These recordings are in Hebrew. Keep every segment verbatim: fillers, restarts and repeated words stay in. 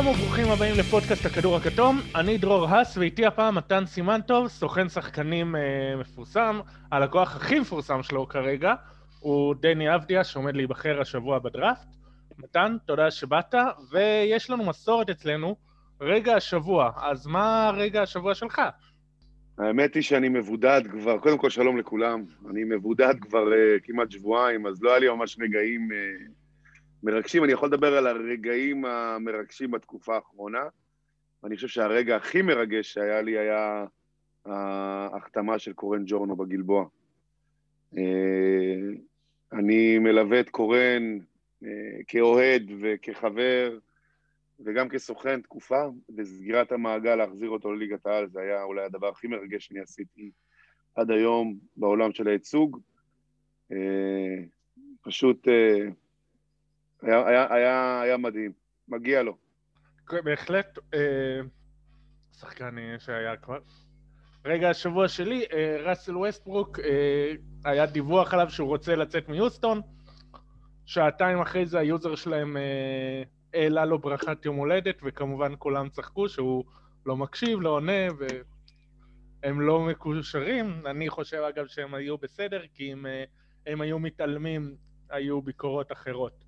שלום וברוכים הבאים לפודקאסט הכדור הכתום, אני דרור הס ואיתי הפעם מתן סימנטוב, סוכן שחקנים אה, מפורסם, הלקוח הכי מפורסם שלו כרגע, הוא דני אבדיה שעומד להיבחר השבוע בדראפט. מתן, תודה שבאת, ויש לנו מסורת אצלנו, רגע השבוע, אז מה רגע השבוע שלך? האמת היא שאני מבודד כבר, קודם כל שלום לכולם, אני מבודד כבר uh, כמעט שבועיים, אז לא היה לי ממש רגעים uh, מרגשים, אני יכול לדבר על הרגעים המרגשים בתקופה האחרונה, אני חושב שהרגע הכי מרגש שהיה לי היה ההחתמה של קורן ג'ורנו בגלבוע. Uh, אני מלווה את קורן uh, כאוהד וכחבר, וגם כסוכן תקופה, וסגירת המעגל להחזיר אותו לליגת העל, זה היה אולי הדבר הכי מרגש שאני עשיתי עד היום בעולם של הייצוג. פשוט היה, היה, היה, היה מדהים, מגיע לו. בהחלט, שחקן שהיה כבר. רגע השבוע שלי, ראסל ווסטברוק, היה דיווח עליו שהוא רוצה לצאת מיוסטון, שעתיים אחרי זה היוזר שלהם העלה לו ברכת יום הולדת, וכמובן כולם צחקו שהוא לא מקשיב, לא עונה, והם לא מקושרים. אני חושב אגב שהם היו בסדר, כי אם הם היו מתעלמים, היו ביקורות אחרות.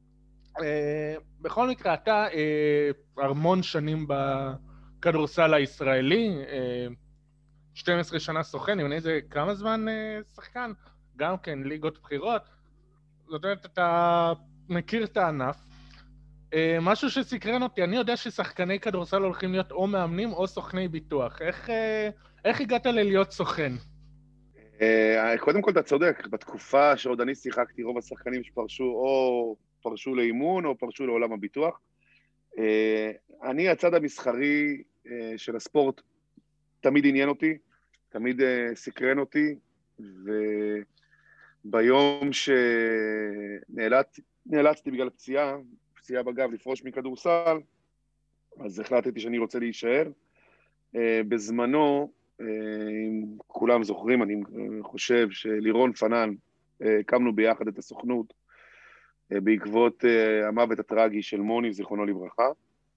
בכל מקרה, אתה המון שנים בכדורסל הישראלי, שתים עשרה שנה סוכן, אם אני זה כמה זמן שחקן, גם כן ליגות בחירות, זאת אומרת, אתה מכיר את הענף, משהו שסקרן אותי, אני יודע ששחקני כדורסל הולכים להיות או מאמנים או סוכני ביטוח. איך, איך הגעת ללהיות סוכן? קודם כל אתה צודק, בתקופה שעוד אני שיחקתי, רוב השחקנים שפרשו או פרשו לאימון או פרשו לעולם הביטוח. אני, הצד המסחרי של הספורט, תמיד עניין אותי, תמיד סקרן אותי, וביום שנאלצתי בגלל פציעה, פציעה בגב לפרוש מכדורסל, אז החלטתי שאני רוצה להישאר. בזמנו, אם כולם זוכרים, אני חושב שלירון פנן, הקמנו ביחד את הסוכנות, בעקבות המוות הטרגי של מוני, זיכרונו לברכה.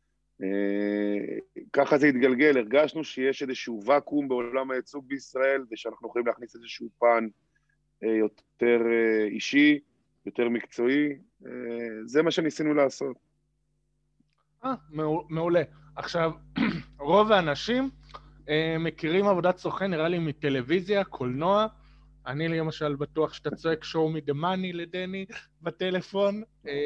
ככה זה התגלגל, הרגשנו שיש איזשהו ואקום בעולם הייצוג בישראל, ושאנחנו יכולים להכניס איזשהו פן יותר אישי, יותר מקצועי, זה מה שניסינו לעשות. אה, מעולה. עכשיו, רוב האנשים מכירים עבודת סוכן, נראה לי מטלוויזיה, קולנוע. אני למשל בטוח שאתה צועק show me the money לדני בטלפון.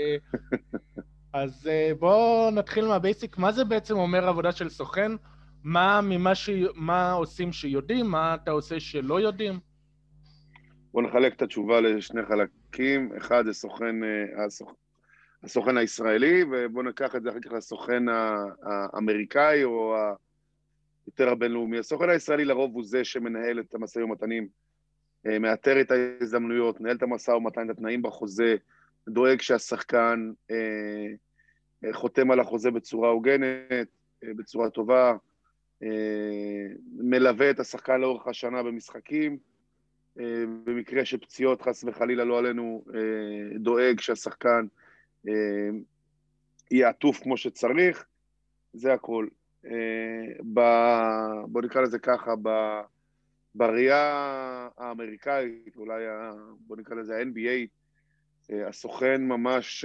אז בואו נתחיל מהבייסיק. מה זה בעצם אומר עבודה של סוכן? מה ממה ש... מה עושים שיודעים? מה אתה עושה שלא יודעים? בואו נחלק את התשובה לשני חלקים. אחד זה סוכן, הסוכן הישראלי, ובואו ניקח את זה אחר כך לסוכן האמריקאי או יותר הבינלאומי. הסוכן הישראלי לרוב הוא זה שמנהל את המשאים ומתנים, מאתר את ההזדמנויות, מנהל את המשא ומתן, את התנאים בחוזה, דואג שהשחקן אה, חותם על החוזה בצורה הוגנת, אה, בצורה טובה, אה, מלווה את השחקן לאורך השנה במשחקים, אה, במקרה שפציעות חס וחלילה לא עלינו, אה, דואג שהשחקן אה, יהיה עטוף כמו שצריך, זה הכל. אה, ב, בוא נקרא לזה ככה, ב, בראייה האמריקאית, אולי ה, בוא נקרא לזה ה-אן בי איי, הסוכן ממש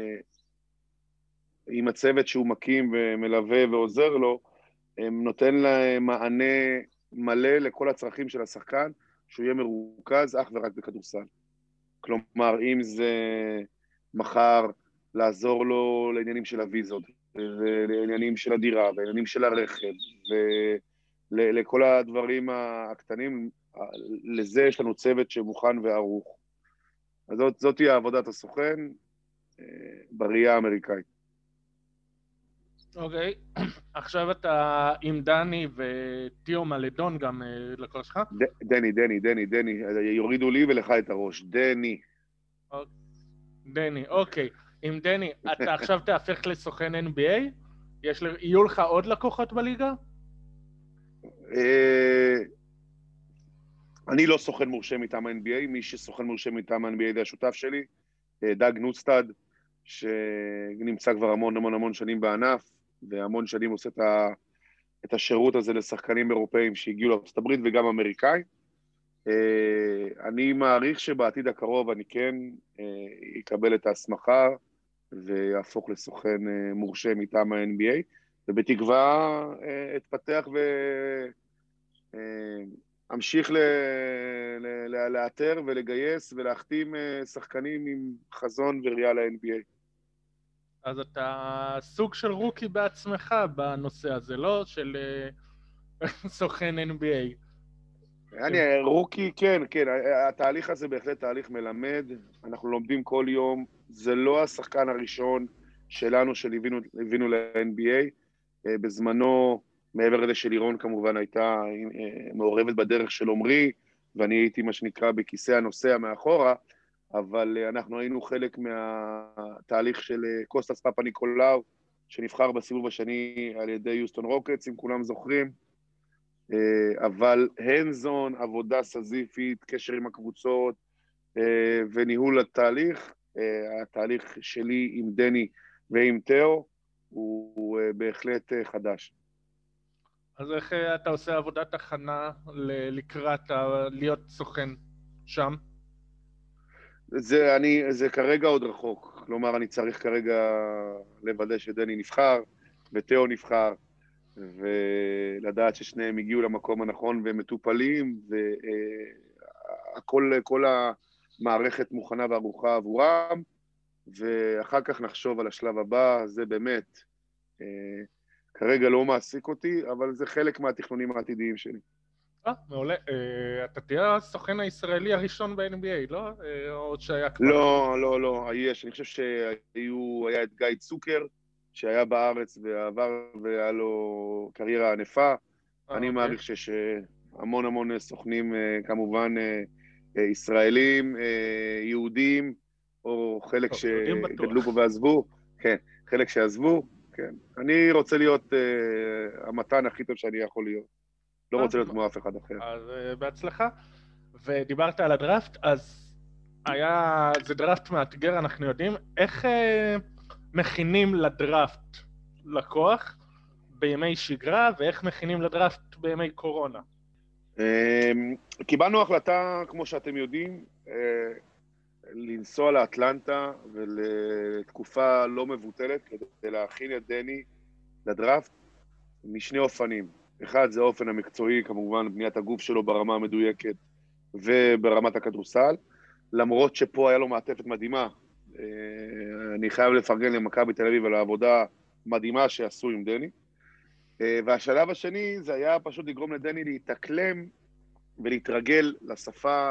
עם הצוות שהוא מקים ומלווה ועוזר לו, נותן להם מענה מלא לכל הצרכים של השחקן, שהוא יהיה מרוכז אך ורק בכדורסל. כלומר, אם זה מחר לעזור לו לעניינים של הוויזות, ולעניינים של הדירה, ולעניינים של הרכב, ולכל הדברים הקטנים, לזה יש לנו צוות שמוכן וערוך. אז זאת, זאת היא עבודת הסוכן אה, בראייה האמריקאית. אוקיי, okay. עכשיו אתה עם דני וטיו מלדון גם אה, לקוח שלך? ד, דני, דני, דני, דני, יורידו לי ולך את הראש, דני. Okay. דני, אוקיי. Okay. עם דני, אתה עכשיו תהפך לסוכן אן בי איי? יש, יהיו לך עוד לקוחות בליגה? אה... אני לא סוכן מורשה מטעם ה-אן בי איי, מי שסוכן מורשה מטעם ה-אן בי איי זה השותף שלי, דאג נוסטד, שנמצא כבר המון המון המון שנים בענף, והמון שנים עושה את, ה, את השירות הזה לשחקנים אירופאים שהגיעו לארצות הברית וגם אמריקאים. אני מעריך שבעתיד הקרוב אני כן אקבל את ההסמכה ויהפוך לסוכן מורשה מטעם ה-אן בי איי, ובתקווה אתפתח ואמשיך לאתר ולגייס ולהחתים שחקנים עם חזון וראייה ל-אן בי איי. אז אתה סוג של רוקי בעצמך בנושא הזה, לא של סוכן אן בי איי. אני רוקי, כן, כן, התהליך הזה בהחלט תהליך מלמד, אנחנו לומדים כל יום, זה לא השחקן הראשון שלנו שליווינו ל-אן בי איי, בזמנו, מעבר לזה של לירון כמובן הייתה מעורבת בדרך של עומרי, ואני הייתי מה שנקרא בכיסא הנוסע מאחורה, אבל אנחנו היינו חלק מהתהליך של קוסטס פאפה ניקולאו, שנבחר בסיבוב השני על ידי יוסטון רוקטס, אם כולם זוכרים, אבל הנזון, עבודה סזיפית, קשר עם הקבוצות וניהול התהליך, התהליך שלי עם דני ועם תאו, הוא בהחלט חדש. אז איך אתה עושה עבודת הכנה לקראת להיות סוכן שם? זה, אני, זה כרגע עוד רחוק, כלומר אני צריך כרגע לוודא שדני נבחר ותאו נבחר, ולדעת ששניהם הגיעו למקום הנכון והם מטופלים, והכל, כל המערכת מוכנה וערוכה עבורם, ואחר כך נחשוב על השלב הבא. זה באמת, כרגע לא מעסיק אותי, אבל זה חלק מהתכנונים העתידיים שלי. אה, מעולה. אתה תהיה הסוכן הישראלי הראשון ב-אן בי איי, לא? עוד שהיה כבר... לא, לא, לא, יש. אני חושב שהיה את גיא צוקר, שהיה בארץ ועבר והיה לו קריירה ענפה. אני מעריך שיש המון המון סוכנים, כמובן ישראלים, יהודים, או חלק שגדלו פה ועזבו. כן, חלק שעזבו, כן. אני רוצה להיות המתן הכי טוב שאני יכול להיות. לא רוצה להיות כמו אף אחד אחר. אז בהצלחה. ודיברת על הדראפט, אז היה, זה דראפט מאתגר, אנחנו יודעים. איך מכינים לדראפט לקוח בימי שגרה, ואיך מכינים לדראפט בימי קורונה? קיבלנו החלטה, כמו שאתם יודעים, לנסוע לאטלנטה ולתקופה לא מבוטלת, כדי להכין את דני לדראפט משני אופנים. אחד זה האופן המקצועי, כמובן בניית הגוף שלו ברמה המדויקת וברמת הכדורסל, למרות שפה היה לו מעטפת מדהימה. אני חייב לפרגן למכבי תל אביב על העבודה מדהימה שעשו עם דני. והשלב השני זה היה פשוט לגרום לדני להתאקלם ולהתרגל לשפה,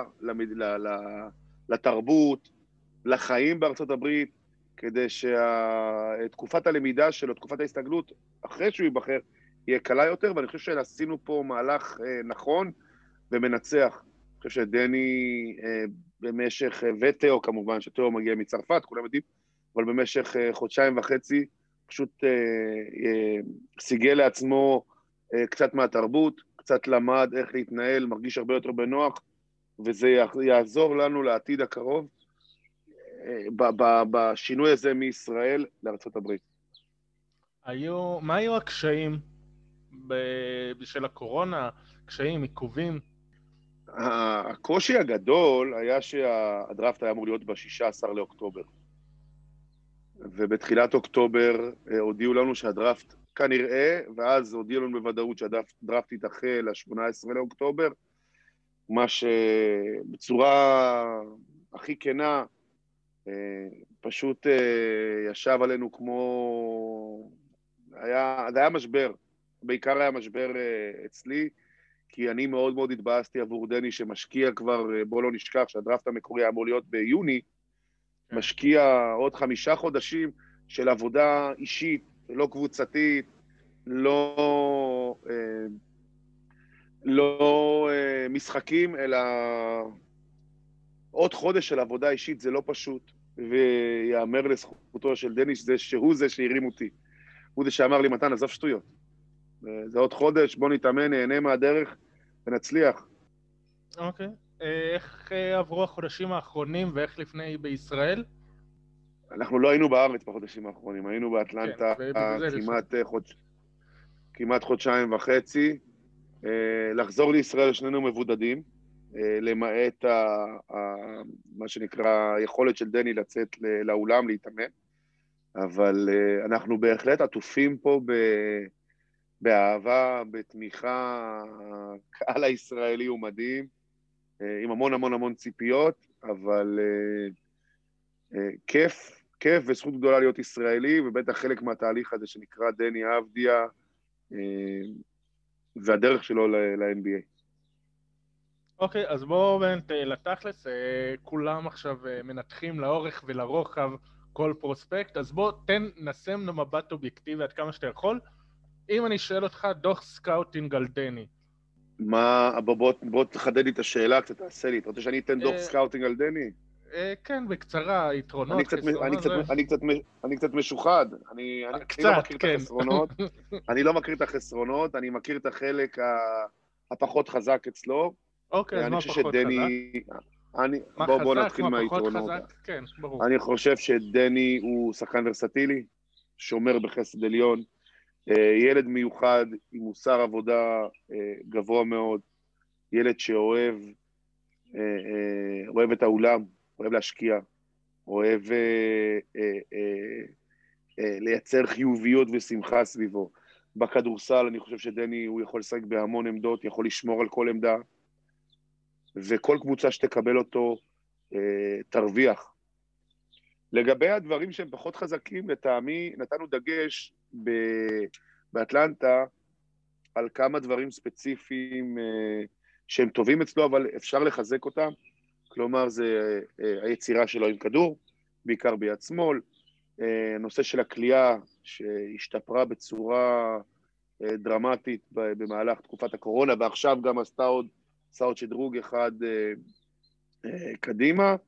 לתרבות, לחיים בארצות הברית, כדי שתקופת הלמידה שלו, תקופת ההסתגלות, אחרי שהוא ייבחר, יהיה קלה יותר, ואני חושב שעשינו פה מהלך נכון ומנצח. אני חושב שדני במשך, ותאו כמובן, שתאו מגיע מצרפת, כולם יודעים, אבל במשך חודשיים וחצי, פשוט סיגל לעצמו קצת מהתרבות, קצת למד איך להתנהל, מרגיש הרבה יותר בנוח, וזה יעזור לנו לעתיד הקרוב, בשינוי הזה מישראל לארצות הברית. היו, מה היו הקשיים בשל הקורונה, קשיים, עיכובים? הקושי הגדול היה שהדראפט היה אמור להיות ב-שישה עשר לאוקטובר. ובתחילת אוקטובר הודיעו לנו שהדראפט כנראה, ואז הודיעו לנו בוודאות שהדראפט יתאחה ל-שמונה עשרה לאוקטובר, מה שבצורה הכי כנה, פשוט ישב עלינו כמו... היה, זה היה משבר, בעיקר היה משבר אצלי, כי אני מאוד מאוד התבאסתי עבור דני שמשקיע כבר, בוא לא נשכח שהדראפט המקורי אמור להיות ביוני, משקיע עוד חמישה חודשים של עבודה אישית, לא קבוצתית, לא, לא משחקים, אלא עוד חודש של עבודה אישית, זה לא פשוט, ויאמר לזכותו של דני שזה, שהוא זה שהרים אותי. הוא זה שאמר לי, מתן, עזוב שטויות. זה עוד חודש, בוא נתאמן, נהנה מהדרך ונצליח. אוקיי. איך עברו החודשים האחרונים ואיך לפני בישראל? אנחנו לא היינו בארץ בחודשים האחרונים, היינו כן, באטלנטה ובגלל זה לשאול. כמעט, חודש, כמעט חודשיים וחצי. לחזור לישראל שנינו מבודדים, למעט ה, ה, מה שנקרא היכולת של דני לצאת לאולם, להתאמן. אבל אנחנו בהחלט עטופים פה ב, באהבה, בתמיכה, הקהל הישראלי הוא מדהים, עם המון המון המון ציפיות, אבל כיף, כיף וזכות גדולה להיות ישראלי, ובטח חלק מהתהליך הזה שנקרא דני אבדיה, והדרך שלו ל-אן בי איי. אוקיי, אז בואו באמת לתכלס, כולם עכשיו מנתחים לאורך ולרוחב כל פרוספקט, אז בוא תן, נסם מבט אובייקטיבי עד כמה שאתה יכול. אם אני שואל אותך, דוח סקאוטינג על דני. מה, בוא, בוא, בוא תחדד לי את השאלה, קצת תעשה לי. אתה רוצה שאני אתן דוח סקאוטינג על דני? כן, בקצרה, יתרונות, חסרונות. אני קצת, אני קצת, אני קצת משוחד. אני, אני, קצת, אני לא מכיר כן. את החסרונות. אני לא מכיר את החסרונות, אני מכיר את החלק הפחות חזק אצלו. אוקיי, אז מה פחות שדני, חזק? אני, מה בוא, חזק, בוא נתחיל מה פחות מהיתרונות. חזק? כן, ברור. אני חושב שדני הוא שחקן ורסטילי, שומר בחסד עליון, ילד מיוחד עם מוסר עבודה גבוה מאוד, ילד שאוהב, אוהב את האולם, אוהב להשקיע, אוהב לייצר חיוביות ושמחה סביבו. בכדורסל אני חושב שדני הוא יכול לשחק בהמון עמדות, יכול לשמור על כל עמדה, וכל קבוצה שתקבל אותו תרוויח. לגבי הדברים שהם פחות חזקים, לטעמי נתנו דגש באטלנטה על כמה דברים ספציפיים שהם טובים אצלו, אבל אפשר לחזק אותם. כלומר, זה היצירה שלו עם כדור, בעיקר ביד שמאל, נושא של הקליעה שהשתפרה בצורה דרמטית במהלך תקופת הקורונה, ועכשיו גם עשתה עוד, עשה עוד שדרוג אחד קדימה,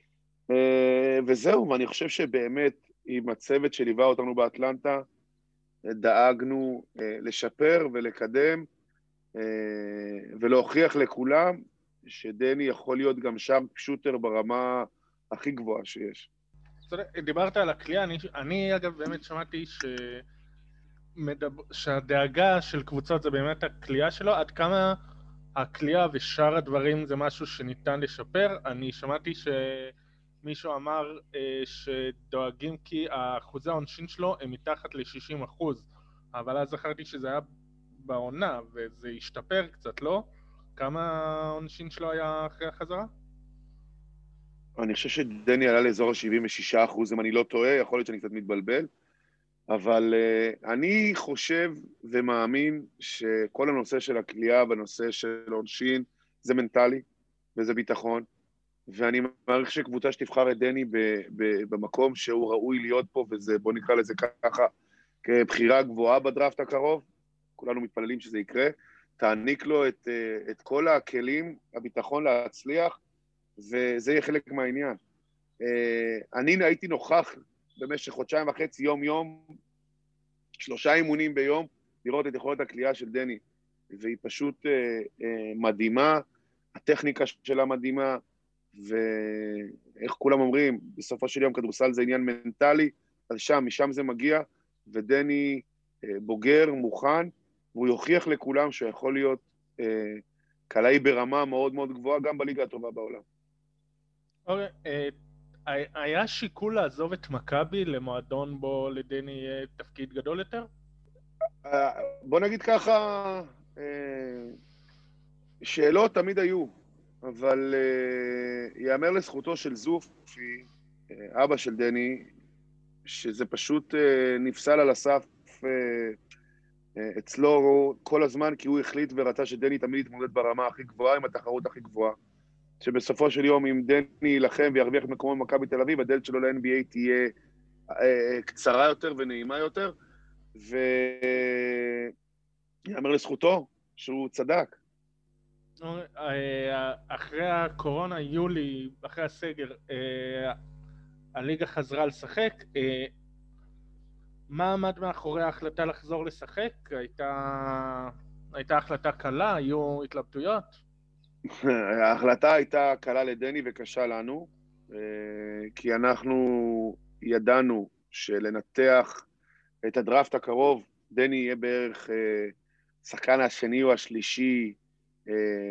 וזהו, ואני חושב שבאמת עם הצוות שליווה אותנו באטלנטה, דאגנו לשפר ולקדם, ולהוכיח לכולם שדני יכול להיות גם שם פשוטר ברמה הכי גבוהה שיש. דיברת על הקליעה, אני, אני אגב באמת שמעתי ש... מדבר... שהדאגה של קבוצות זה באמת הקליעה שלו, עד כמה הקליעה ושאר הדברים זה משהו שניתן לשפר. אני שמעתי שמישהו אמר אה, שדואגים כי האחוזי העונשין שלו הם מתחת ל-שישים אחוז, אבל אז זכרתי שזה היה בעונה וזה השתפר קצת, לא? כמה העונשין שלו היה אחרי החזרה? אני חושב שדני עלה לאזור ה-שבעים ושישה אחוז, אם אני לא טועה, יכול להיות שאני קצת מתבלבל, אבל uh, אני חושב ומאמין שכל הנושא של הקליעה בנושא של עונשין זה מנטלי וזה ביטחון, ואני מעריך שקבוצה שתבחר את דני ב- ב- במקום שהוא ראוי להיות פה, וזה, בוא נקרא לזה ככה, כבחירה גבוהה בדראפט הקרוב, כולנו מתפללים שזה יקרה, תעניק לו את, את כל הכלים, הביטחון להצליח, וזה יהיה חלק מהעניין. אני הייתי נוכח במשך חודשיים וחצי, יום יום, שלושה אימונים ביום, לראות את יכולת הקליעה של דני, והיא פשוט מדהימה, הטכניקה שלה מדהימה, ואיך כולם אומרים, בסופו של יום כדורסל זה עניין מנטלי, אז שם, משם זה מגיע, ודני בוגר, מוכן, והוא יוכיח לכולם שיכול להיות קלעי ברמה מאוד מאוד גבוהה, גם בליגה הטובה בעולם. אוקיי, היה שיקול לעזוב את מכבי למועדון בו לדני יהיה תפקיד גדול יותר? בוא נגיד ככה, שאלות תמיד היו, אבל יאמר לזכותו של זופי, אבא של דני, שזה פשוט נפסל על הסף אצלו כל הזמן, כי הוא החליט ורצה שדני תמיד יתמודד ברמה הכי גבוהה, עם התחרות הכי גבוהה. שבסופו של יום, אם דני ילחם וירוויח את מקומו במכבי תל אביב, הדלת שלו ל-אן בי איי תהיה קצרה יותר ונעימה יותר, ויאמר לזכותו שהוא צדק. אחרי הקורונה, יולי, אחרי הסגר, הליגה חזרה לשחק. מה עמד מאחורי ההחלטה לחזור לשחק? הייתה, הייתה החלטה קלה? היו התלבטויות? ההחלטה הייתה קלה לדני וקשה לנו, כי אנחנו ידענו שלנתח את הדראפט הקרוב, דני יהיה בערך אה, שחקן השני או השלישי, אה,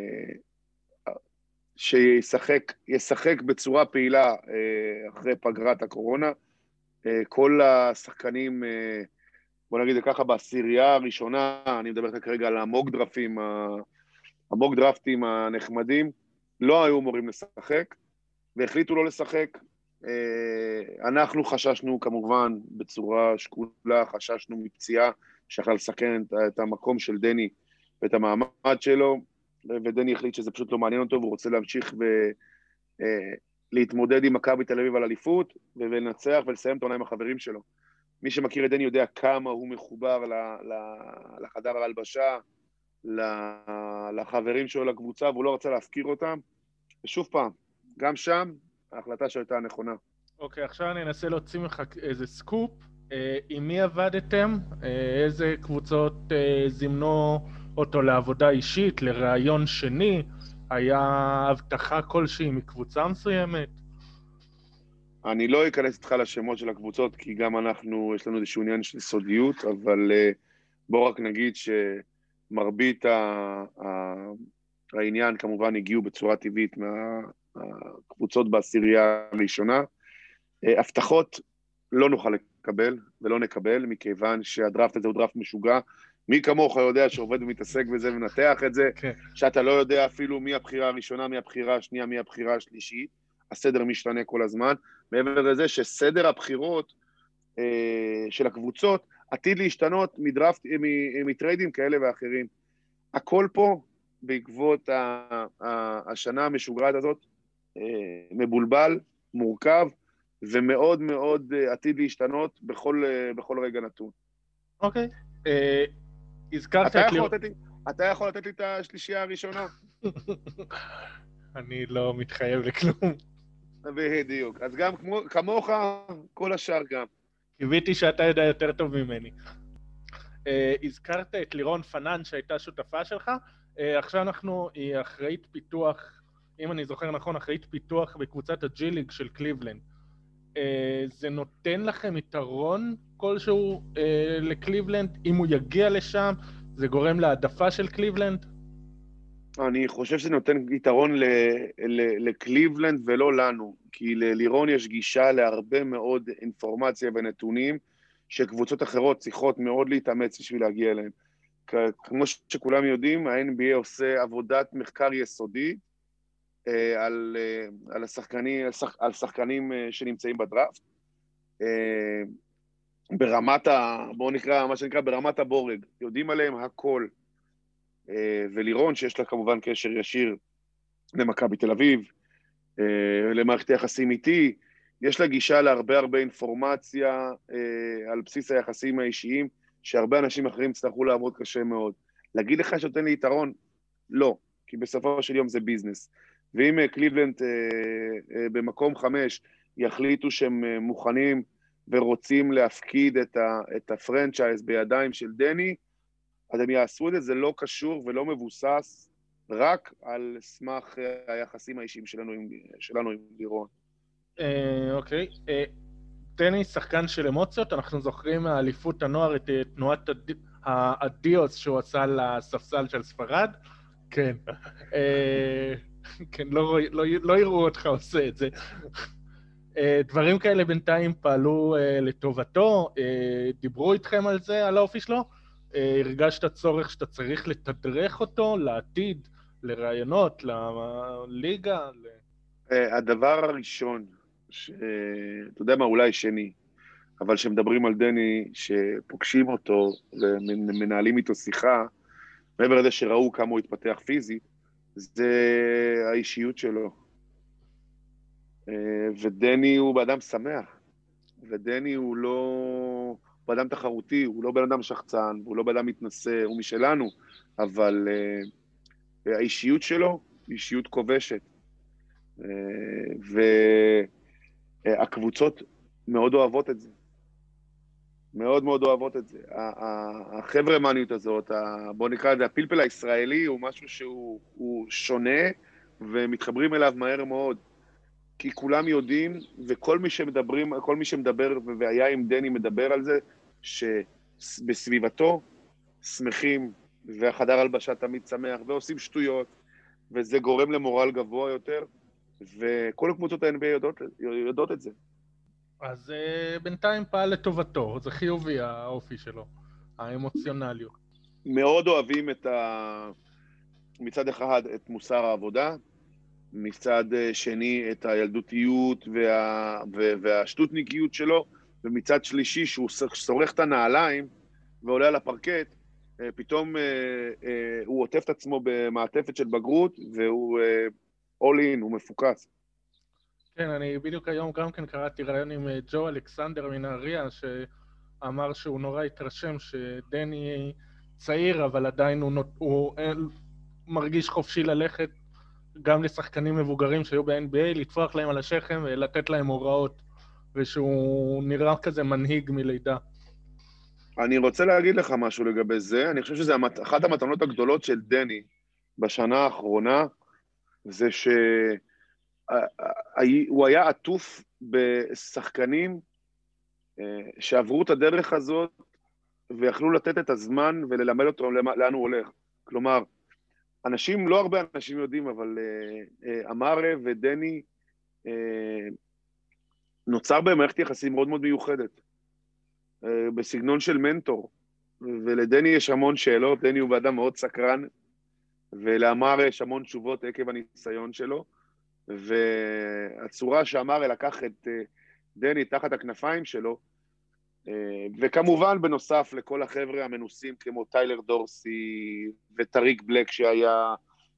שישחק, ישחק בצורה פעילה אה, אחרי פגרת הקורונה. אה, כל השחקנים, אה, בוא נגיד ככה, בעשירייה הראשונה, אני מדבר כרגע על המוג דרפטים, המוג דרפטים הנחמדים, לא היו אמורים לשחק, והחליטו לא לשחק. אנחנו חששנו כמובן בצורה שקולה, חששנו מפציעה שיכלה לסכן את המקום של דני ואת המעמד שלו, ודני החליט שזה פשוט לא מעניין אותו, והוא רוצה להמשיך ולהתמודד עם מכבי תל אביב על אליפות, ולנצח ולסיים את העונה עם החברים שלו. מי שמכיר את דני יודע כמה הוא מחובר לחדר ההלבשה, לחברים שלו, לקבוצה, והוא לא רצה להפקיר אותם. ושוב פעם, גם שם, ההחלטה שהייתה הנכונה. אוקיי, עכשיו אני אנסה להוציא ממך איזה סקופ. עם מי עבדתם? איזה קבוצות זימנו אותו לעבודה אישית, לראיון שני? היה הבטחה כלשהי מקבוצה מסוימת? אני לא אכנס איתך לשמות של הקבוצות, כי גם אנחנו, יש לנו איזשהו עניין של סודיות, אבל בוא רק נגיד שמרבית העניין כמובן הגיעו בצורה טבעית מהקבוצות בעשירייה הראשונה. הבטחות לא נוכל לקבל ולא נקבל, מכיוון שהדראפט הזה הוא דראפט משוגע. מי כמוך יודע שעובד ומתעסק בזה ומנתח את זה, okay. שאתה לא יודע אפילו מי הבחירה הראשונה, מי הבחירה השנייה, מי הבחירה השלישית. הסדר משתנה כל הזמן. מעבר לזה שסדר הבחירות אה, של הקבוצות עתיד להשתנות מדראפט, מטריידים כאלה ואחרים. הכל פה בעקבות ה, ה, השנה המשוגעת הזאת אה, מבולבל, מורכב, ומאוד מאוד עתיד להשתנות בכל, בכל רגע נתון. אוקיי. אה, הזכרת אתה את יכול לתת לי, אתה יכול לתת לי את השלישייה הראשונה? אני לא מתחייב לכלום. בדיוק. אז גם כמו, כמוך, כל השאר גם. קיוויתי שאתה יודע יותר טוב ממני. Uh, הזכרת את לירון פנן שהייתה שותפה שלך. Uh, עכשיו אנחנו, היא אחראית פיתוח, אם אני זוכר נכון, אחראית פיתוח בקבוצת הג'י-ליג של קליבלנד. Uh, זה נותן לכם יתרון כלשהו uh, לקליבלנד? אם הוא יגיע לשם, זה גורם להעדפה של קליבלנד? אני חושב שזה נותן יתרון לקליבלנד ולא לנו, כי ללירון יש גישה להרבה מאוד אינפורמציה ונתונים, שקבוצות אחרות צריכות מאוד להתאמץ בשביל להגיע אליהם. כמו שכולם יודעים, ה-אן בי איי עושה עבודת מחקר יסודי על, על, השחקנים, על שחקנים שנמצאים בדראפט, ברמת ה... בואו נקרא, מה שנקרא, ברמת הבורג. יודעים עליהם הכל. ולירון, שיש לה כמובן קשר ישיר למכבי תל אביב, למערכת היחסים איתי, יש לה גישה להרבה הרבה אינפורמציה על בסיס היחסים האישיים, שהרבה אנשים אחרים יצטרכו לעבוד קשה מאוד. להגיד לך שנותן לי יתרון? לא, כי בסופו של יום זה ביזנס. ואם קליבלנד במקום חמש יחליטו שהם מוכנים ורוצים להפקיד את, ה, את הפרנצ'ייז בידיים של דני, אז הם יעשו את זה, זה לא קשור ולא מבוסס רק על סמך היחסים האישיים שלנו עם, שלנו עם לירון. אוקיי. דני, שחקן של אמוציות, אנחנו זוכרים מהאליפות הנוער את תנועת הדיוס שהוא עשה לספסל של ספרד. כן. כן, לא, לא, לא יראו אותך עושה את זה. דברים כאלה בינתיים פעלו לטובתו, דיברו איתכם על זה, על האופי שלו? הרגשת צורך שאתה צריך לתדרך אותו לעתיד, לרעיונות, לליגה? הדבר הראשון, ש... אתה יודע מה, אולי שני, אבל שמדברים על דני, שפוגשים אותו ומנהלים איתו שיחה, מעבר לזה שראו כמה הוא התפתח פיזית, זה האישיות שלו. ודני הוא באדם שמח, ודני הוא לא... באדם תחרותי, הוא לא בן אדם שחצן, הוא לא בן אדם מתנשא, הוא משלנו, אבל uh, האישיות שלו היא אישיות כובשת. Uh, והקבוצות מאוד אוהבות את זה. מאוד מאוד אוהבות את זה. החברמניות הזאת, בוא נקרא את זה, הפלפל הישראלי הוא משהו שהוא שונה, ומתחברים אליו מהר מאוד. כי כולם יודעים, וכל מי שמדברים, כל מי שמדבר, והיה עם דני מדבר על זה, שבסביבתו שמחים, והחדר הלבשה תמיד שמח, ועושים שטויות, וזה גורם למורל גבוה יותר, וכל הקבוצות ה-אן בי איי יודעות, יודעות את זה. אז uh, בינתיים פעל לטובתו, זה חיובי האופי שלו, האמוציונליות. מאוד אוהבים את ה... מצד אחד את מוסר העבודה, מצד שני את הילדותיות וה... והשטותניקיות שלו, ומצד שלישי שהוא שורח את הנעליים ועולה על הפרקט, פתאום הוא עוטף את עצמו במעטפת של בגרות, והוא all in, הוא מפוקס. כן, אני בדיוק היום גם כן קראתי רעיון עם ג'ו אלכסנדר מנהריה, שאמר שהוא נורא התרשם שדני צעיר, אבל עדיין הוא, נות... הוא מרגיש חופשי ללכת גם לשחקנים מבוגרים שהיו ב-אן בי איי, לטפוח להם על השכם ולתת להם הוראות, ושהוא נראה כזה מנהיג מלידה. אני רוצה להגיד לך משהו לגבי זה, אני חושב שזה אחת המתנות הגדולות של דני בשנה האחרונה, זה שהוא היה עטוף בשחקנים שעברו את הדרך הזאת, ויכלו לתת את הזמן וללמד אותו לאן הוא הולך. כלומר, אנשים, לא הרבה אנשים יודעים, אבל אמרה ודני נוצר במערכת יחסים מאוד מאוד מיוחדת, בסגנון של מנטור, ולדני יש המון שאלות, דני הוא באדם מאוד סקרן, ולאמר יש המון תשובות עקב הניסיון שלו, והצורה שאמר לקח את דני תחת הכנפיים שלו, וכמובן בנוסף לכל החבר'ה המנוסים כמו טיילר דורסי וטריק בלק שהיה,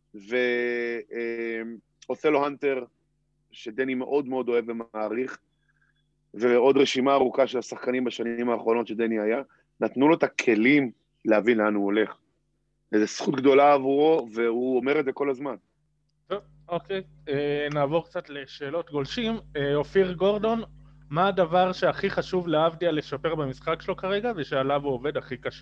ואותלו הנטר שדני מאוד מאוד אוהב ומעריך, ועוד רשימה ארוכה של השחקנים בשנים האחרונות שדני היה, נתנו לו את הכלים להבין לאן הוא הולך. זו זכות גדולה עבורו, והוא אומר את זה כל הזמן. טוב, אוקיי. אה, נעבור קצת לשאלות גולשים. אה, אופיר גורדון, מה הדבר שהכי חשוב לאבדיה לשפר במשחק שלו כרגע, ושעליו הוא עובד הכי קשה?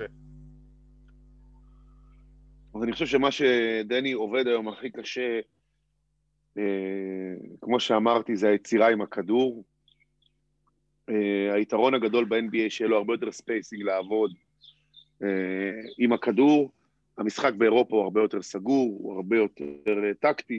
אז אני חושב שמה שדני עובד היום הכי קשה, אה, כמו שאמרתי, זה היצירה עם הכדור. אה, היתרון הגדול ב-אן בי איי שיהיה לו הרבה יותר ספייסינג לעבוד אה, עם הכדור. המשחק באירופה הוא הרבה יותר סגור, הוא הרבה יותר אה, טקטי,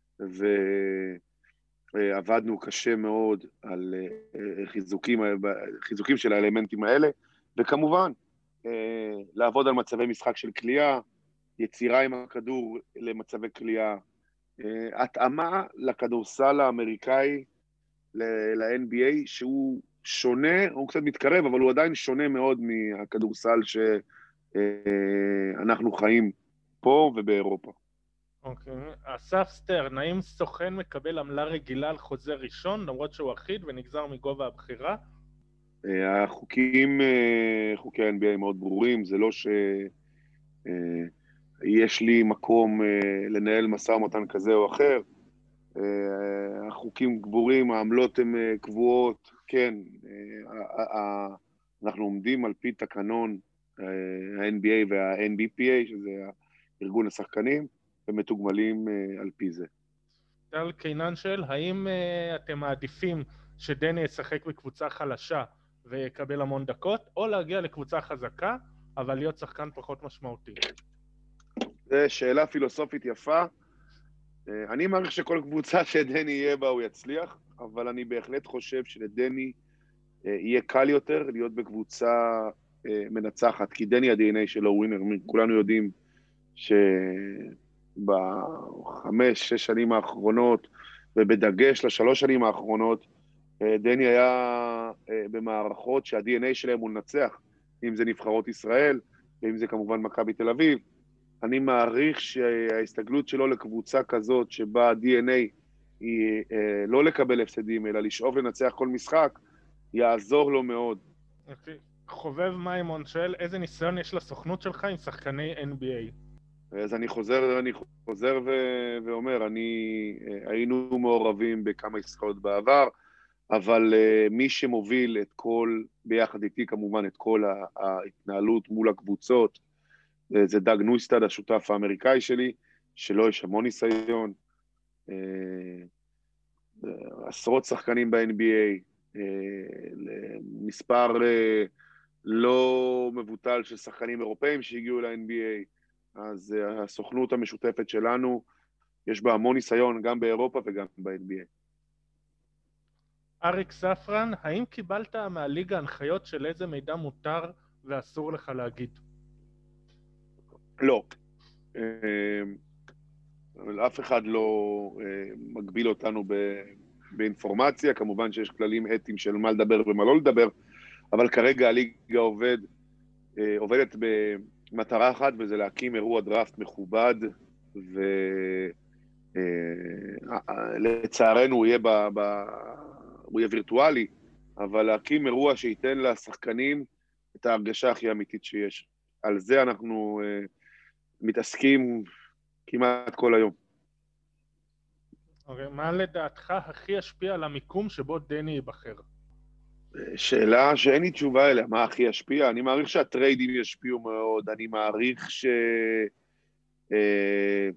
ועבדנו קשה מאוד על אה, חיזוקים, חיזוקים של האלמנטים האלה, וכמובן, אה, לעבוד על מצבי משחק של קליעה, יצירה עם הכדור למצבי קליעה, אה, התאמה לכדורסל האמריקאי, ל-אן בי איי, שהוא שונה, הוא קצת מתקרב, אבל הוא עדיין שונה מאוד מהכדורסל שאנחנו חיים פה ובאירופה. אוקיי. אסף סטרן, האם סוכן מקבל עמלה רגילה על חוזה ראשון, למרות שהוא אחיד ונגזר מגובה הבחירה? החוקים, חוקי ה-אן בי איי מאוד ברורים, זה לא שיש לי מקום לנהל משא ומתן כזה או אחר, החוקים גבורים, העמלות הן קבועות, כן, אנחנו עומדים על פי תקנון ה-אן בי איי וה-אן בי פי איי, שזה ארגון השחקנים, ומתוגמלים על פי זה. טל קינן שואל, האם אתם מעדיפים שדני ישחק בקבוצה חלשה ויקבל המון דקות, או להגיע לקבוצה חזקה, אבל להיות שחקן פחות משמעותי? זו שאלה פילוסופית יפה. אני מעריך שכל קבוצה שדני יהיה בה הוא יצליח, אבל אני בהחלט חושב שלדני יהיה קל יותר להיות בקבוצה מנצחת, כי דני ה-די אן איי שלו הוא ווינר. כולנו יודעים שבחמש, שש שנים האחרונות, ובדגש לשלוש שנים האחרונות, דני היה במערכות שה-די אן איי שלהם הוא לנצח, אם זה נבחרות ישראל, ואם זה כמובן מכבי תל אביב. אני מעריך שההסתגלות שלו לקבוצה כזאת, שבה ה-די אן איי היא לא לקבל הפסדים, אלא לשאוף לנצח כל משחק, יעזור לו מאוד. אוקיי. חובב מימון שואל, איזה ניסיון יש לסוכנות שלך עם שחקני אן בי איי? אז אני חוזר, אני חוזר ו- ואומר, אני, היינו מעורבים בכמה עסקאות בעבר, אבל uh, מי שמוביל את כל, ביחד איתי כמובן, את כל ההתנהלות מול הקבוצות, זה דאג נויסטד, השותף האמריקאי שלי, שלו יש המון ניסיון. עשרות שחקנים ב-אן בי איי, מספר לא מבוטל של שחקנים אירופאים שהגיעו ל-אן בי איי, אז הסוכנות המשותפת שלנו, יש בה המון ניסיון גם באירופה וגם ב-אן בי איי. אריק ספרן, האם קיבלת מהליגה הנחיות של איזה מידע מותר ואסור לך להגיד? לא. אף אחד לא מגביל אותנו באינפורמציה, כמובן שיש כללים אתיים של מה לדבר ומה לא לדבר, אבל כרגע הליגה עובד, עובדת במטרה אחת, וזה להקים אירוע דראפט מכובד, ולצערנו הוא יהיה, ב, ב, הוא יהיה וירטואלי, אבל להקים אירוע שייתן לשחקנים את ההרגשה הכי אמיתית שיש. על זה אנחנו מתעסקים כמעט כל היום. אוקיי, מה לדעתך הכי ישפיע על המיקום שבו דני ייבחר? שאלה שאין לי תשובה אליה, מה הכי ישפיע? אני מעריך שהטריידים ישפיעו מאוד, אני מעריך ש... אה...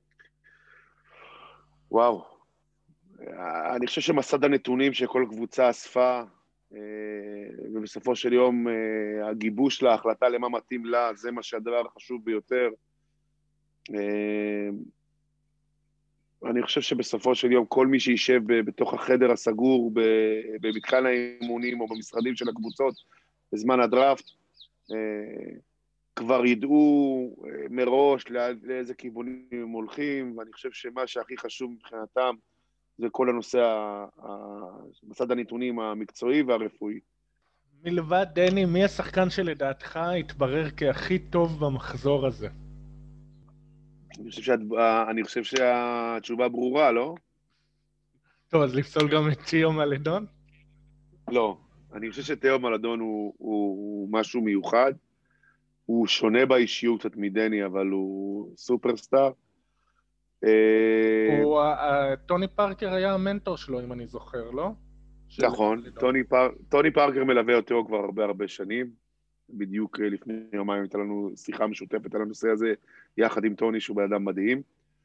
וואו, אני חושב שמסד הנתונים שכל קבוצה אספה, אה... ובסופו של יום אה... הגיבוש להחלטה למה מתאים לה, זה מה שהדבר החשוב ביותר. אה... אני חושב שבסופו של יום כל מי שישב בתוך החדר הסגור במתקן האימונים או במשרדים של הקבוצות בזמן הדראפט, כבר ידעו מראש לאיזה כיוונים הם הולכים, ואני חושב שמה שהכי חשוב מבחינתם זה כל הנושא, מסד הנתונים המקצועי והרפואי. מלבד דני, מי השחקן שלדעתך התברר כהכי טוב במחזור הזה? אני חושב, שאת, אני חושב שהתשובה ברורה, לא? טוב, אז לפסול גם את תיאו מלדון? לא, אני חושב שתיאו מלדון הוא, הוא, הוא משהו מיוחד, הוא שונה באישיות קצת מדני, אבל הוא סופרסטאר. הוא, טוני פארקר היה המנטור שלו, אם אני זוכר, לא? נכון, טוני, פאר, טוני פארקר מלווה אותו כבר הרבה הרבה שנים, בדיוק לפני יומיים הייתה לנו שיחה משותפת על הנושא הזה, יחד עם טוני שהוא באדם מדהים.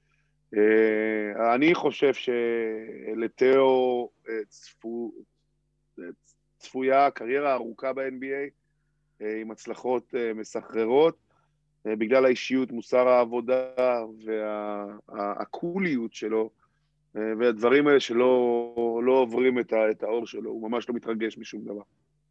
אני חושב שלתיאו צפו, צפויה קריירה ארוכה ב-אן בי איי, עם הצלחות מסחררות, בגלל האישיות, מוסר העבודה והקוליות שלו, והדברים האלה שלא לא עוברים את, ה, את האור שלו, הוא ממש לא מתרגש משום דבר.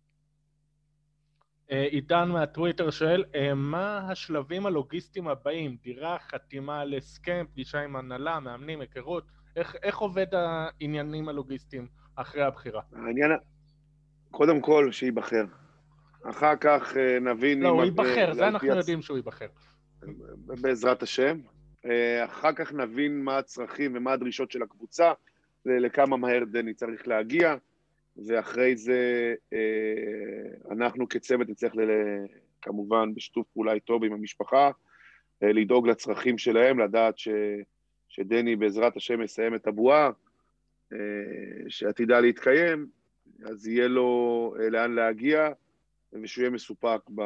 עידן מהטוויטר שואל, מה השלבים הלוגיסטיים הבאים? דירה, חתימה על הסכם, פגישה עם הנהלה, מאמנים, היכרות? איך, איך עובד העניינים הלוגיסטיים אחרי הבחירה? העניין, קודם כל שיבחר. אחר כך נבין... לא, הוא ייבחר, זה אנחנו יודעים שהוא ייבחר. בעזרת השם. אחר כך נבין מה הצרכים ומה הדרישות של הקבוצה, לכמה מהר דני צריך להגיע, ואחרי זה אנחנו כצוות נצטרך כמובן בשיתוף פעולה איתו עם המשפחה, לדאוג לצרכים שלהם, לדעת ש, שדני בעזרת השם יסיים את הבועה, שעתידה להתקיים, אז יהיה לו לאן להגיע, ושהוא יהיה מסופק ב...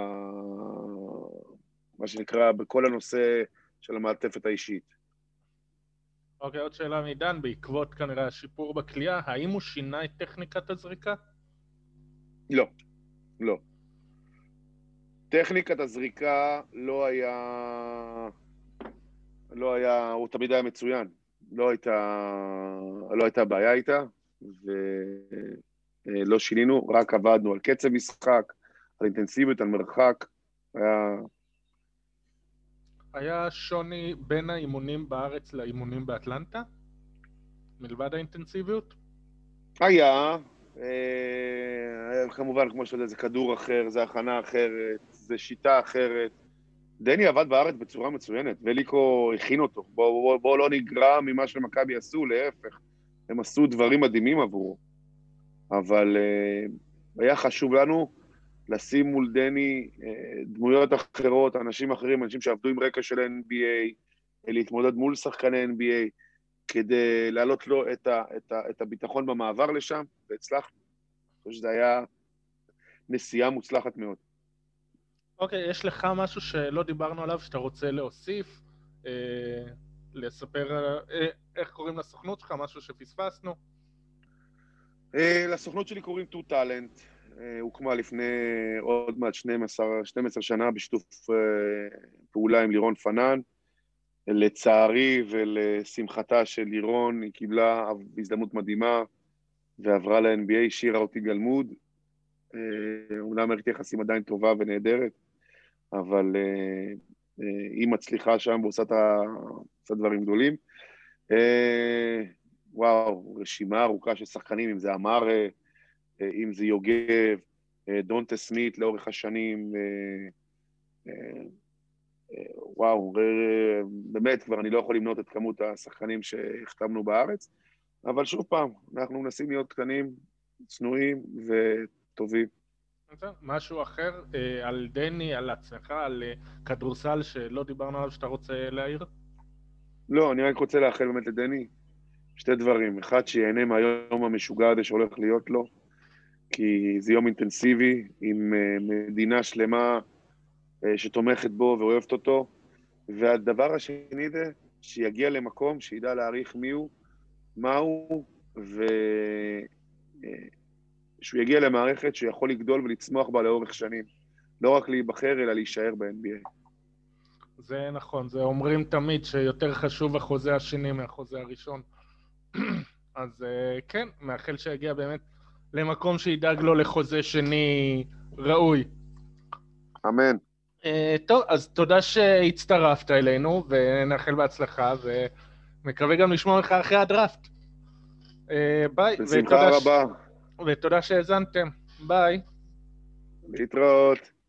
מה שנקרא בכל הנושא של המעטפת האישית. אוקיי, עוד שאלה מעידן, בעקבות כנראה השיפור בקליעה, האם הוא שינה את טכניקת הזריקה? לא, לא. טכניקת הזריקה לא היה, לא היה, הוא תמיד היה מצוין. לא הייתה, לא הייתה בעיה איתה, ולא שינינו, רק עבדנו על קצב משחק, על אינטנסיביות, על מרחק. היה... היה שוני בין האימונים בארץ לאימונים באטלנטה? מלבד האינטנסיביות? היה, אה, כמובן, כמו שאתה יודע, זה כדור אחר, זה הכנה אחרת, זה שיטה אחרת. דני עבד בארץ בצורה מצוינת, וליקו הכין אותו. בואו בוא, בוא לא נגרע ממה שמכבי עשו, להפך. הם עשו דברים מדהימים עבורו. אבל אה, היה חשוב לנו לשים מול דני דמויות אחרות, אנשים אחרים, אנשים שעבדו עם רקע של אן בי איי, להתמודד מול שחקני אן בי איי, כדי להעלות לו את, ה, את, ה, את הביטחון במעבר לשם, והצלחנו. אני חושב שזה היה נסיעה מוצלחת מאוד. אוקיי, יש לך משהו שלא דיברנו עליו, שאתה רוצה להוסיף, אה, לספר אה, איך קוראים לסוכנות שלך, משהו שפספסנו? לסוכנות שלי קוראים טו טאלנט, הוקמה לפני עוד מעט שתים עשרה שנה בשיתוף פעולה עם לירון פנן. לצערי ולשמחתה של לירון, היא קיבלה הזדמנות מדהימה ועברה ל-אן בי איי, השאירה אותי גלמוד. אומנם מערכת יחסים עדיין טובה ונהדרת, אבל היא מצליחה שם ועושה דברים גדולים. וואו, רשימה ארוכה של שחקנים, אם זה אמר, אם זה יוגב, דונטה סמית לאורך השנים, וואו, באמת כבר אני לא יכול למנות את כמות השחקנים שהחתמנו בארץ, אבל שוב פעם, אנחנו מנסים להיות קטנים, צנועים וטובים. משהו אחר על דני, על עצמך, על כדורסל שלא דיברנו עליו שאתה רוצה להעיר? לא, אני רק רוצה לאחל באמת לדני שתי דברים. אחד, שיהנה מהיום המשוגע הזה שהולך להיות לו, כי זה יום אינטנסיבי עם מדינה שלמה שתומכת בו ואוהבת אותו. והדבר השני זה שיגיע למקום שידע להעריך מי הוא, מה הוא, ושהוא יגיע למערכת שיכול לגדול ולצמוח בה לאורך שנים. לא רק להיבחר, אלא להישאר ב-אן בי איי. זה נכון, זה אומרים תמיד שיותר חשוב החוזה השני מהחוזה הראשון. אז כן, מאחל שיגיע באמת למקום שידאג לו לחוזה שני ראוי. אמן. טוב, אז תודה שהצטרפת אלינו, ונאחל בהצלחה, ומקווה גם לשמוע לך אחרי הדראפט. ביי. בשמחה רבה. ותודה שהאזנתם. ביי. להתראות.